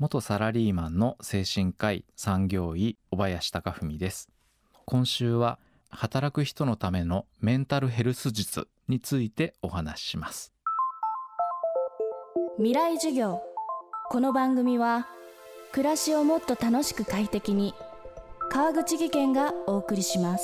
元サラリーマンの精神科医産業医小林貴文です。今週は働く人のためのメンタルヘルス術についてお話しします。 未来授業。この番組は暮らしをもっと楽しく快適に、川口義賢がお送りします。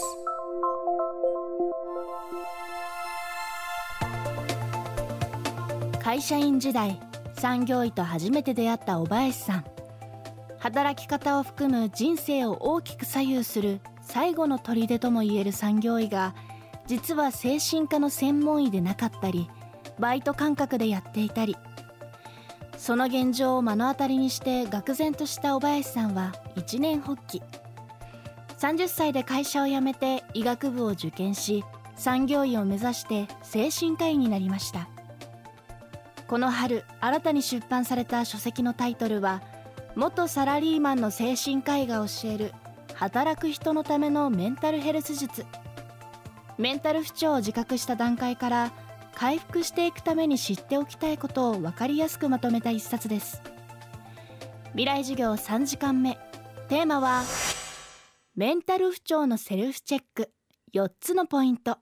会社員時代、産業医と初めて出会った小林さん。働き方を含む人生を大きく左右する最後の砦ともいえる産業医が、実は精神科の専門医でなかったり、バイト感覚でやっていたり、その現状を目の当たりにして愕然とした小林さんは一念発起。30歳で会社を辞めて医学部を受験し、産業医を目指して精神科医になりました。この春新たに出版された書籍のタイトルは、元サラリーマンの精神科医が教える働く人のためのメンタルヘルス術。メンタル不調を自覚した段階から回復していくために知っておきたいことを分かりやすくまとめた一冊です。未来授業3時間目、テーマはメンタル不調のセルフチェック、4つのポイント。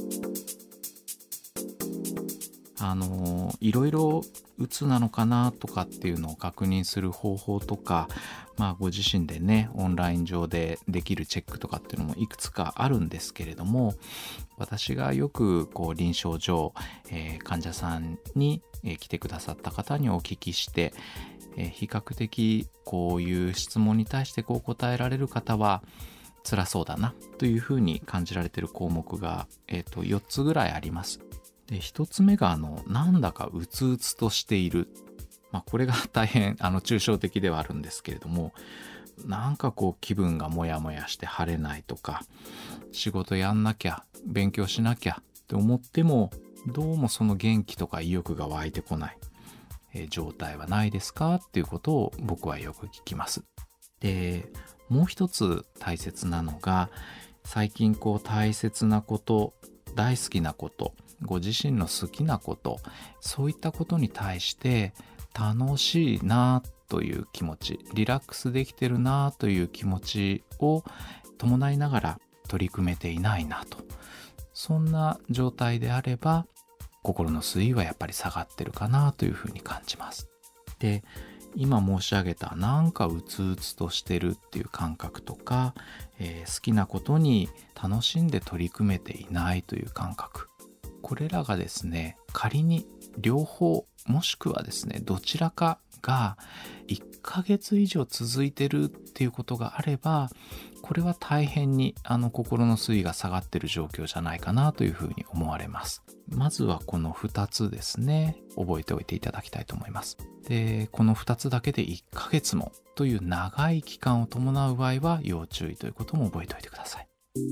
いろいろうつなのかなとかっていうのを確認する方法とか、ご自身でねオンライン上でできるチェックとかっていうのもいくつかあるんですけれども、私がよく臨床上、患者さんに、来てくださった方にお聞きして、比較的こういう質問に対して答えられる方は辛そうだなというふうに感じられている項目が、4つぐらいあります。で、1つ目がなんだかうつうつとしている。これが大変抽象的ではあるんですけれども、なんか気分がモヤモヤして晴れないとか、仕事やんなきゃ勉強しなきゃって思ってもどうもその元気とか意欲が湧いてこない、状態はないですかっていうことを僕はよく聞きます。で、もう一つ大切なのが、最近大切なこと、大好きなこと、ご自身の好きなこと、そういったことに対して楽しいなという気持ち、リラックスできてるなという気持ちを伴いながら取り組めていないなと、そんな状態であれば心の水位はやっぱり下がってるかなというふうに感じます。で、今申し上げたなんかうつうつとしてるっていう感覚とか、好きなことに楽しんで取り組めていないという感覚、これらがですね、仮に両方もしくはですねどちらかが1ヶ月以上続いてるっていうことがあれば、これは大変に心の水位が下がってる状況じゃないかなというふうに思われます。まずはこの2つですね、覚えておいていただきたいと思います。で、この2つだけで1ヶ月もという長い期間を伴う場合は要注意ということも覚えておいてください。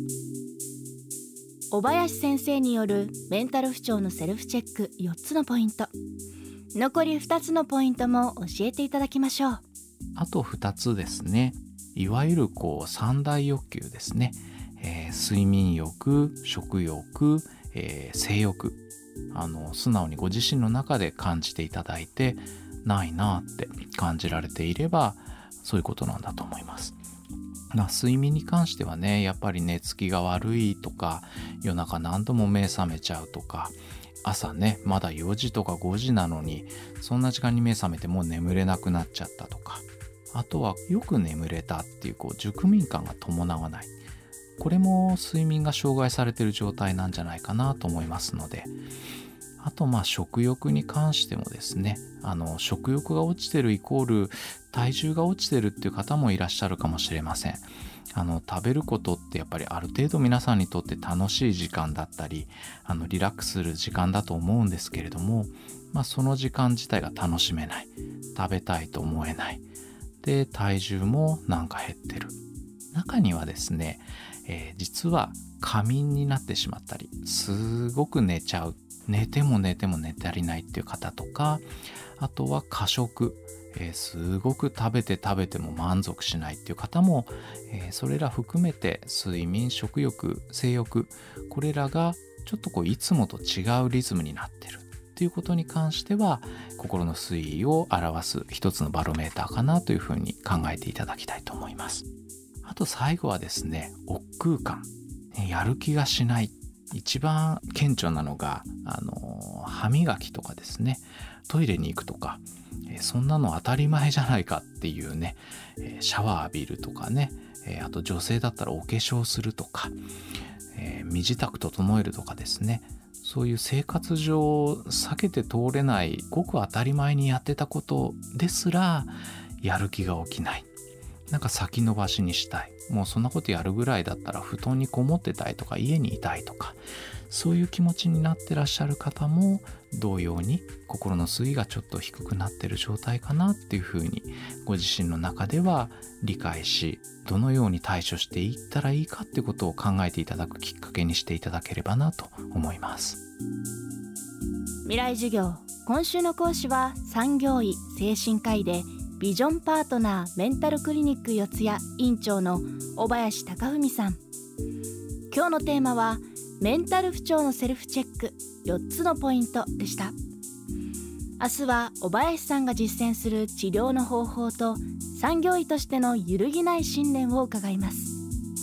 小林先生によるメンタル不調のセルフチェック4つのポイント。残り2つのポイントも教えていただきましょう。 あと2つですね、いわゆる三大欲求ですね、睡眠欲、食欲、性欲、素直にご自身の中で感じていただいて、ないなって感じられていればそういうことなんだと思います。睡眠に関してはね、やっぱり寝つきが悪いとか、夜中何度も目覚めちゃうとか、朝ねまだ4時とか5時なのにそんな時間に目覚めてもう眠れなくなっちゃったとか、あとはよく眠れたっていう熟眠感が伴わない、これも睡眠が障害されている状態なんじゃないかなと思いますので、あと食欲に関してもですね、食欲が落ちてるイコール体重が落ちてるっていう方もいらっしゃるかもしれません。食べることってやっぱりある程度皆さんにとって楽しい時間だったり、リラックスする時間だと思うんですけれども、その時間自体が楽しめない、食べたいと思えない、で体重もなんか減ってる。中にはですね、実は過眠になってしまったり、すごく寝ちゃう、寝ても寝ても寝足りないっていう方とか、あとは過食、すごく食べても満足しないっていう方も、それら含めて睡眠、食欲、性欲、これらがちょっといつもと違うリズムになってるっっていうことに関しては心の推移を表す一つのバロメーターかなというふうに考えていただきたいと思います。あと最後はですね、億劫感、やる気がしない。一番顕著なのが歯磨きとかですね、トイレに行くとか、そんなの当たり前じゃないかっていうね、シャワー浴びるとかね、あと女性だったらお化粧するとか、身支度整えるとかですね、そういう生活上避けて通れないごく当たり前にやってたことですらやる気が起きない。なんか先延ばしにしたい。もうそんなことやるぐらいだったら布団にこもってたいとか家にいたいとか、そういう気持ちになってらっしゃる方も同様に心の水位がちょっと低くなってる状態かなっていうふうにご自身の中では理解し、どのように対処していったらいいかってことを考えていただくきっかけにしていただければなと思います。 未来授業、今週の講師は産業医精神科医でビジョンパートナーメンタルクリニック四谷院長の小林貴文さん。今日のテーマはメンタル不調のセルフチェック4つのポイントでした。明日は小林さんが実践する治療の方法と産業医としての揺るぎない信念を伺います。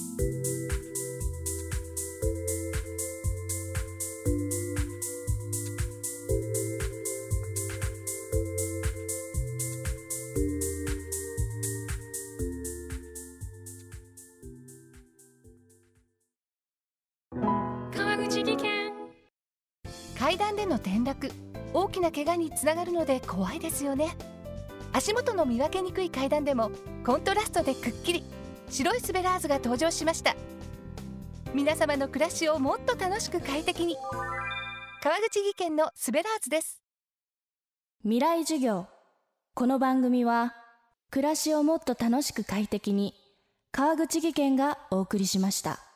階段での転落、大きな怪我につながるので怖いですよね。足元の見分けにくい階段でもコントラストでくっきり白いスベラーズが登場しました。皆様の暮らしをもっと楽しく快適に、川口技研のスベラーズです。 未来授業、この番組は暮らしをもっと楽しく快適に川口技研がお送りしました。